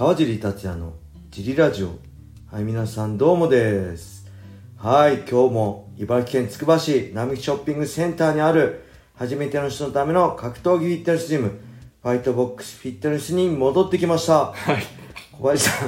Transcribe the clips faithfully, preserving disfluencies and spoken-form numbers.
川尻達也のジリラジオ。はい、皆さんどうもです。はい、今日も茨城県つくば市並木ショッピングセンターにある初めての人のための格闘技フィットネスジム、ファイトボックスフィットネスに戻ってきました。 はい。 小林さん。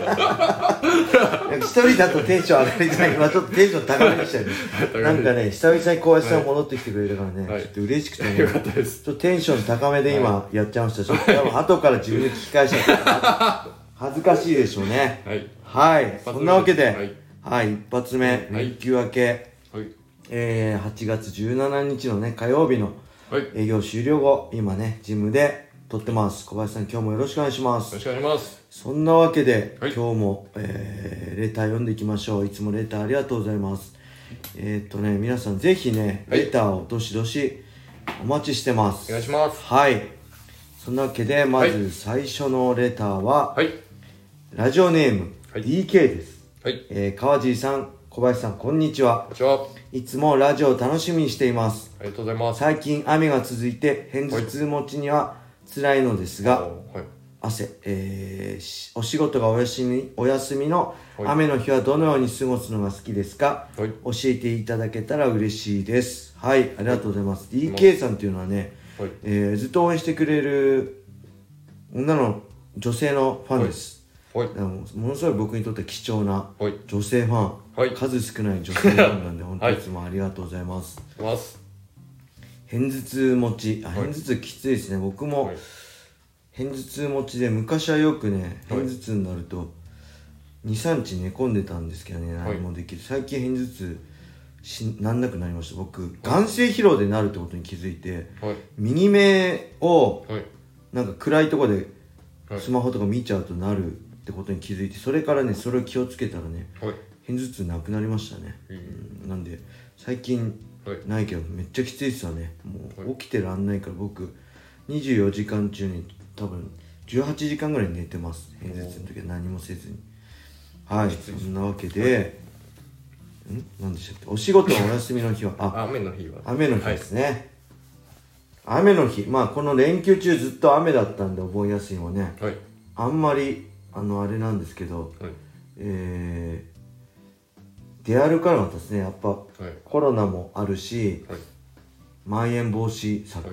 一人だとテンション上がりづらい。今ちょっとテンション高めにしちゃう。なんかね、久々に小林さん戻ってきてくれるからね、はい、ちょっと嬉しくてね、 よかったです。 ちょっとテンション高めで今やっちゃいました。ちょっと多分後から自分で聞き返しちゃった恥ずかしいでしょうね。 はい。 はい。そんなわけで、はい、はい、一発目、 はい、 連休明け、はい、えー、はちがつじゅうしちにちのね、火曜日の営業終了後、今ね、ジムで撮ってます。小林さん、今日もよろしくお願いします。 よろしくお願いします。 そんなわけで、 はい、 今日も、えー、レター読んでいきましょう。いつもレターありがとうございます。えー、っとね、皆さんぜひね、レターをどしどしお待ちしてます。 お願いします。 はい。そんなわけで、まず最初のレターは、はい、ラジオネーム、はい、ディーケー です。はい。えー、川尻さん、小林さん、こんにちは。 こんにちは。 いつもラジオを楽しみにしています。 ありがとうございます。 最近雨が続いて、片頭痛持ちには辛いのですが、はい、汗、えー、お仕事がお休み、お休みの雨の日はどのように過ごすのが好きですか、はい、教えていただけたら嬉しいです。はい、ありがとうございます。はい、ディーケー さんっていうのはね、はい、えー、ずっと応援してくれる女の女性のファンです。はい、ものすごい僕にとって貴重な女性ファン、はい、数少ない女性ファンなんで本当にいつもありがとうございます。はい、片頭痛持ち、あ、片頭痛きついですね。僕も、はい、片頭痛持ちで昔はよくね、片頭痛になるとにさんにち寝込んでたんですけどね、何もできる。最近片頭痛しなんなくなりました。僕、眼精疲労でなるってことに気づいて、はい、右目をなんか暗いところでスマホとか見ちゃうとなるってことに気づいて、それからね、それを気をつけたらね、はい、片頭痛なくなりましたね。うん、なんで最近ないけどめっちゃきついっすよね。もう起きてらんないから、僕にじゅうよじかん中に多分じゅうはちじかんぐらい寝てます。片頭痛の時は何もせずに。はい、そんなわけで、はい、ん何でしたっけ、お仕事のお休みの日はあ雨の日は雨の日ですね。はい、雨の日、まあこの連休中ずっと雨だったんで、お盆休みもね、はい、あんまりあのあれなんですけど、はい、えー、出歩かなかったですね。やっぱ、はい、コロナもあるし、はい、まん延防止策、はい、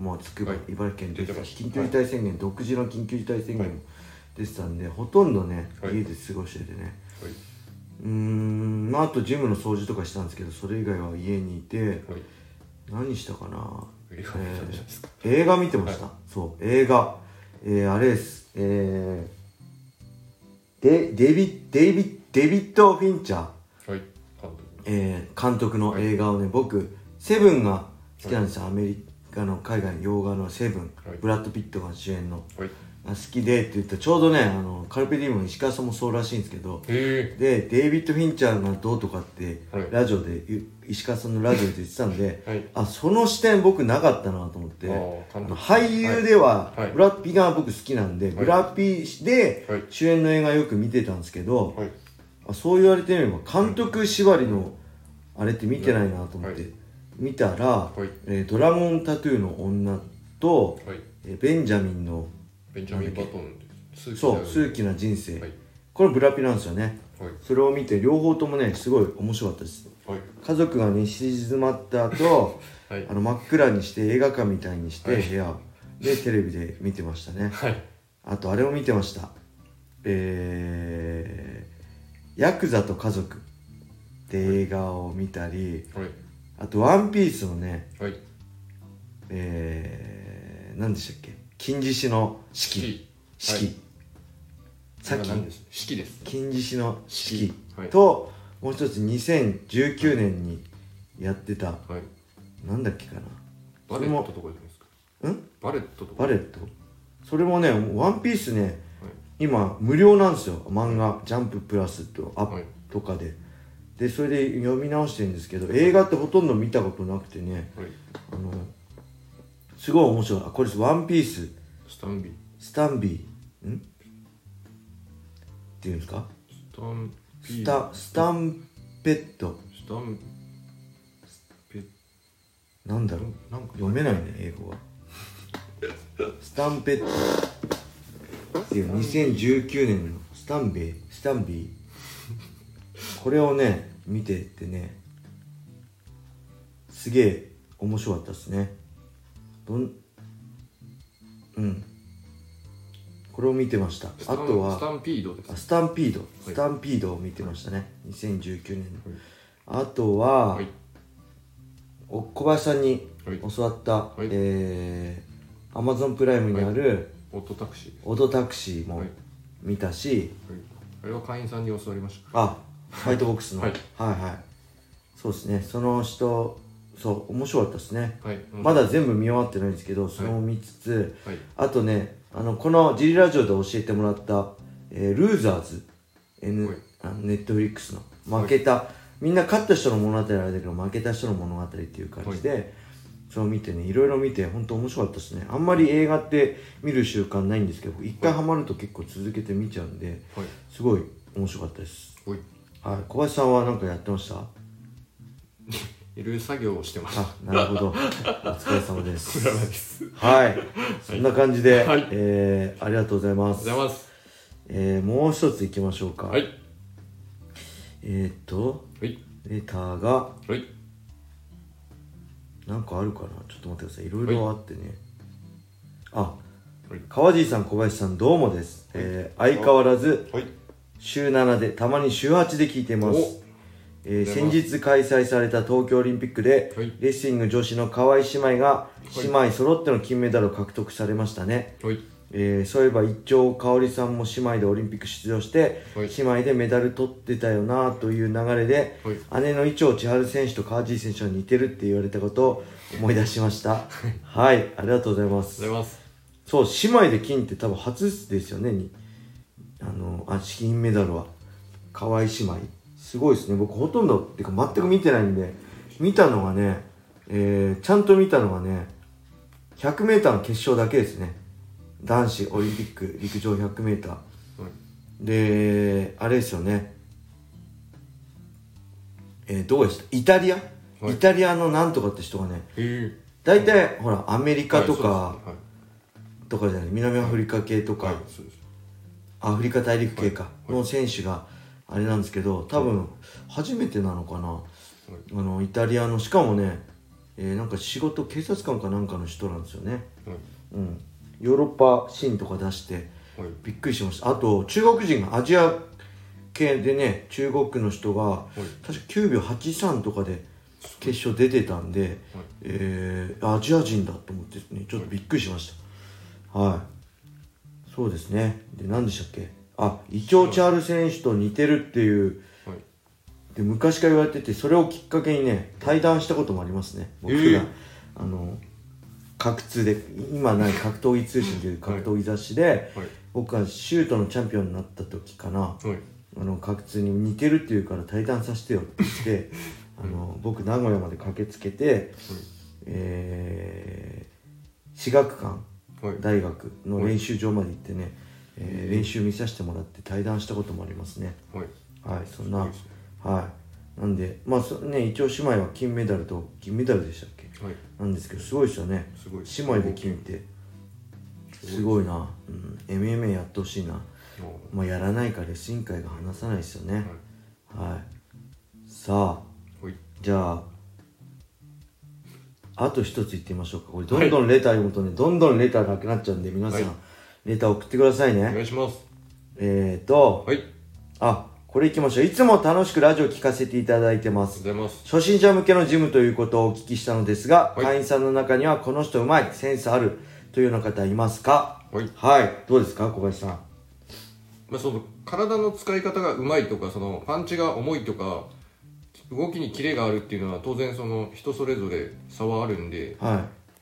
もうつくば、はい、茨城県で緊急事態宣言、はい、独自の緊急事態宣言も出てたんで、ほとんどね、はい、家で過ごしててね、はい、うーん、まああとジムの掃除とかしたんですけど、それ以外は家にいて、はい、何したかな、映画見てました、えー、映画見てました、はい、そう映画、えー、あれです、えー、デ, デビデイビデビッド・フィンチャー、はい、えー、監督の映画をね、僕セブンが好きなんですよ、はい、アメリカの海外の洋画のセブン、はい、ブラッド・ピットが主演の、はい、好きでって言ったら、ちょうどね、あのカルペディウムの石川さんもそうらしいんですけど、でデイビッド・フィンチャーがどうとかって、はい、ラジオで石川さんのラジオで言ってたんで、はい、あ、その視点僕なかったなと思って、あの俳優では、はい、ブラピが僕好きなんで、はい、ブラピで主演の映画よく見てたんですけど、はい、あ、そう言われてみれば監督縛りのあれって見てないなと思って、はい、見たら、はい、えー、ドラゴンタトゥーの女と、はい、えー、ベンジャミンのベンジャミン・バトンです。そう、数奇な人生、はい、これブラピなんですよね、はい、それを見て両方ともねすごい面白かったです、はい、家族がね静まった後、はい、あの真っ暗にして映画館みたいにして、はい、部屋でテレビで見てましたね、はい、あとあれを見てました、えー、ヤクザと家族って映画を見たり、はい、あとワンピースのね、はい、えー、何でしたっけ、金獅子の四季、四季、はい、さっき四季です、 金獅子の四季、はい、ともう一つにせんじゅうきゅうねんにやってた、はい、なんだっけかな、 バレットとかじゃないですか、 んバレットとか、 バレット、それもね、ワンピースね、はい、今無料なんですよ、漫画ジャンププラスとアップとかで、でそれで読み直してるんですけど、映画ってほとんど見たことなくてね、はい、あのすごい面白い。あ、これです、ワンピーススタンビースタンビーんっていうんですか、 スタンピースタスタンペットスタンペなんだろう、なんか読めないね英語はスタンペットっていうにせんじゅうきゅうねんのスタンベイスタンビーこれをね見てってねすげえ面白かったですね。どんうんこれを見てました。あとはスタンピードです。 スタンピード、はい、スタンピードを見てましたね、にせんじゅうきゅうねんの、はい、あとは、はい、お小林さんに教わった、はい、えー、Amazon プライムにある、はい、 オートタクシーオートタクシーも見たし、はいはい、 あれは会員さんに教わりました。 あ、ファイトボックスの、はい、はいはいそうですね、その人そう面白かったですね、はい、まだ全部見終わってないんですけど、それも見つつ、はい、あとねあのこのジリラジオで教えてもらった、えー、ルーザーズ、N はい、あのネットフリックスの負けた、はい、みんな勝った人の物語あれだけど負けた人の物語っていう感じで、はい、それを見てねいろいろ見て本当面白かったですね。あんまり映画って見る習慣ないんですけど一回ハマると結構続けて見ちゃうんで、はい、すごい面白かったです。はい、はい、小林さんは何かやってました？ いろいろ作業をしてました。 あ、なるほど。お疲れ様です。お疲れ様です。はい。そんな感じで、はい、えー、ありがとうございます。 ありがとうございます。 えー、もう一ついきましょうか。 はい。 えーっと、 はい、 レターが、 はい。 なんかあるかな？ちょっと待ってください。いろいろあってね。はい、あ、川尻さん、小林さん、どうもです。はい、えー、相変わらず、はい、週ななで、たまに週はちで聞いています。えー、先日開催された東京オリンピックで、はい、レスリング女子の川井姉妹が姉妹揃っての金メダルを獲得されましたね、はい、えー、そういえば一丁香織さんも姉妹でオリンピック出場して、はい、姉妹でメダル取ってたよなという流れで、はい、姉の伊調千春選手と川尻選手は似てるって言われたことを思い出しましたはい、ありがとうございます。 ありがとうございます。 そう、姉妹で金って多分初ですよねにあのあ金メダルは川井姉妹すごいですね。僕ほとんどっていうか全く見てないんで見たのがね、えー、ちゃんと見たのがね ひゃくメーター の決勝だけですね。男子オリンピック陸上 ひゃくメーター、はい、であれですよね、えー、どこでしたイタリア、はい、イタリアのなんとかって人がね大体、はい、ほらアメリカとか、はい、とかじゃない南アフリカ系とか、はい、アフリカ大陸系か、はい、の選手があれなんですけど多分初めてなのかな、はい、あのイタリアのしかもね、えー、なんか仕事警察官かなんかの人なんですよね、はい、うん、ヨーロッパシーンとか出して、はい、びっくりしました。あと中国人がアジア系でね中国の人が、はい、確かきゅうびょうはちさんとかで決勝出てたんで、はい、えー、アジア人だと思ってねちょっとびっくりしましたはい、はい、そうですね。で何でしたっけ、あ、伊調千春選手と似てるっていう、はい、で昔から言われててそれをきっかけにね対談したこともありますね僕が、えー、あの格通で今ない格闘技通信という格闘技雑誌で、はいはい、僕がシュートのチャンピオンになった時かな、はい、あの格通に似てるっていうから対談させてよって言ってあの僕名古屋まで駆けつけて、はい、えー、私学館、はい、大学の練習場まで行ってね、えー、練習見させてもらって対談したこともありますね。はい、はい、そんな、はい、なんで、まあそね、一応姉妹は金メダルと銀メダルでしたっけ、はい、なんですけど、すごいですよね。すごい姉妹で金ってすごいな、うん、エムエムエー やってほしいな。まあやらないからレスリング界が話さないですよね。はい、はい、さあ、はい、じゃああと一つ言ってみましょうか。これどんどんレター読むとね、はい、どんどんレターなくなっちゃうんで皆さん、はい、レター送ってくださいね。 お願いします。 えーと、はい、あ、これいきましょう。いつも楽しくラジオ聞かせていただいてます。 ありがとうございます。 初心者向けのジムということをお聞きしたのですが、はい、会員さんの中にはこの人うまい、センスあるというような方いますか？はい。はい。どうですか、小林さん。 まあ、その体の使い方がうまいとか、そのパンチが重いとか、動きにキレがあるっていうのは当然その人それぞれ差はあるんで、はい、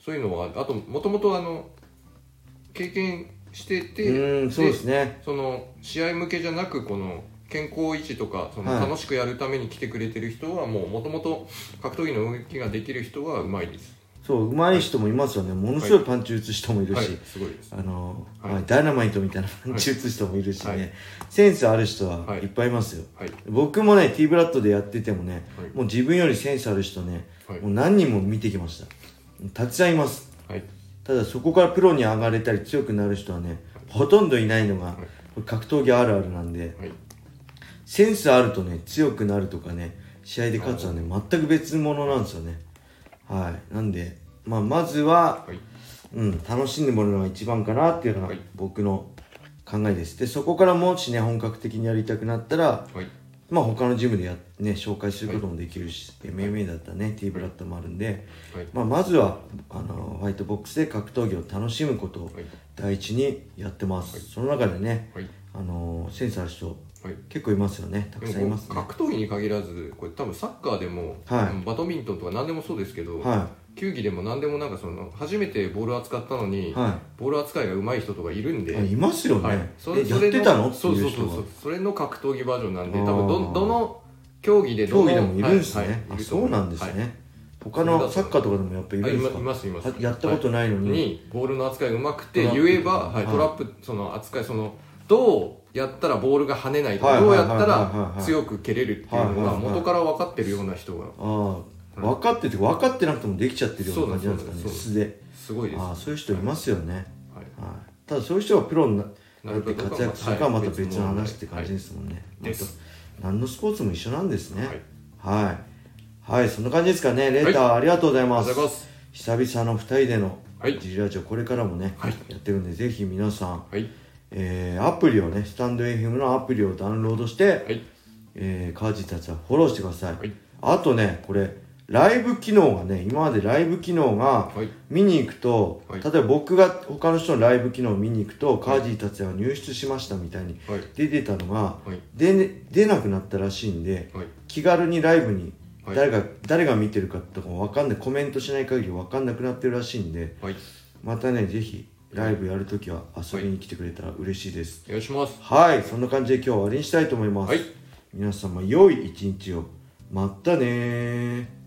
そういうのはあともともとあの経験してて、 うん、そうですね。 その試合向けじゃなくこの健康維持とかその楽しくやるために来てくれてる人はもうもともと格闘技の動きができる人はうまいです。 そう上手い人もいますよね。ものすごいパンチ打つ人もいるし、はいはい、 すごいです。 あの、はいまあ、ダイナマイトみたいなパンチ打つ人もいるしね、はい、センスある人はいっぱいいますよ、はい、僕もね T ブラッドでやっててもね、はい、もう自分よりセンスある人ね、はい、もう何人も見てきました。たくさんいます、はい、ただそこからプロに上がれたり強くなる人はねほとんどいないのが、はい、格闘技あるあるなんで、はい、センスあるとね強くなるとかね試合で勝つはね全く別物なんですよね。はい、なんで、まあ、まずは、はい、うん、楽しんでもらうのが一番かなっていうのが僕の考えです。でそこからもしね本格的にやりたくなったら、はい、まあ他のジムでや、ね、紹介することもできるし、はい、エムエムエー だったらね T ブラッドもあるんで、はい、まあ、まずはあのファイトボックスで格闘技を楽しむことを第一にやってます。はい、その中でね、はい、あのセンスある人、はい、結構いますよね。たくさんいますね。 格闘技に限らずこれ多分サッカーでも、はい、バドミントンとか何でもそうですけど、はい、球技でも何でもなんかその初めてボールを扱ったのに、はい、ボール扱いが上手い人とかいるんで、 いますよね、はい、 それやってたのそうそうそうそう、それの格闘技バージョンなんで多分 ど, どの競技でどの競技でもいるんですね、はいはい、あそうなんですね、はい、他のサッカーとかでもやっぱいるんですか。 いますいます。 やったことないのに、 はい、にボールの扱いが上手くて言えば、はい、トラップその扱いそのどうやったらボールが跳ねないとかどうやったら強く蹴れるっていうのが元から分かってるような人が、 ああ分かってて分かってなくてもできちゃってるような感じなんですかね。素ですごいです。 あそういう人いますよね、はいはい、ただそういう人がプロになって活躍するかはまた別の話って感じですもんね、はい、何のスポーツも一緒なんですね。はいはい、はい、そんな感じですかね。レーター、はい、ありがとうございます。久々のふたりでのジリラジオこれからもね、はい、やってるんでぜひ皆さん、はい、えー、アプリをねスタンド エフエム のアプリをダウンロードして、はい、えー、川地達也フォローしてください、はい、あとねこれライブ機能がね今までライブ機能が見に行くと、はい、例えば僕が他の人のライブ機能を見に行くと、はい、川地達也が入室しましたみたいに出てたのが、はい、で出なくなったらしいんで、はい、気軽にライブに誰が、はい、誰が見てるかとかも分かんない、コメントしない限り分かんなくなってるらしいんで、はい、またねぜひライブやるときは遊びに来てくれたら嬉しいです。 お願いします。 はい、そんな感じで今日は終わりにしたいと思います。はい、皆様良い一日を。またねー。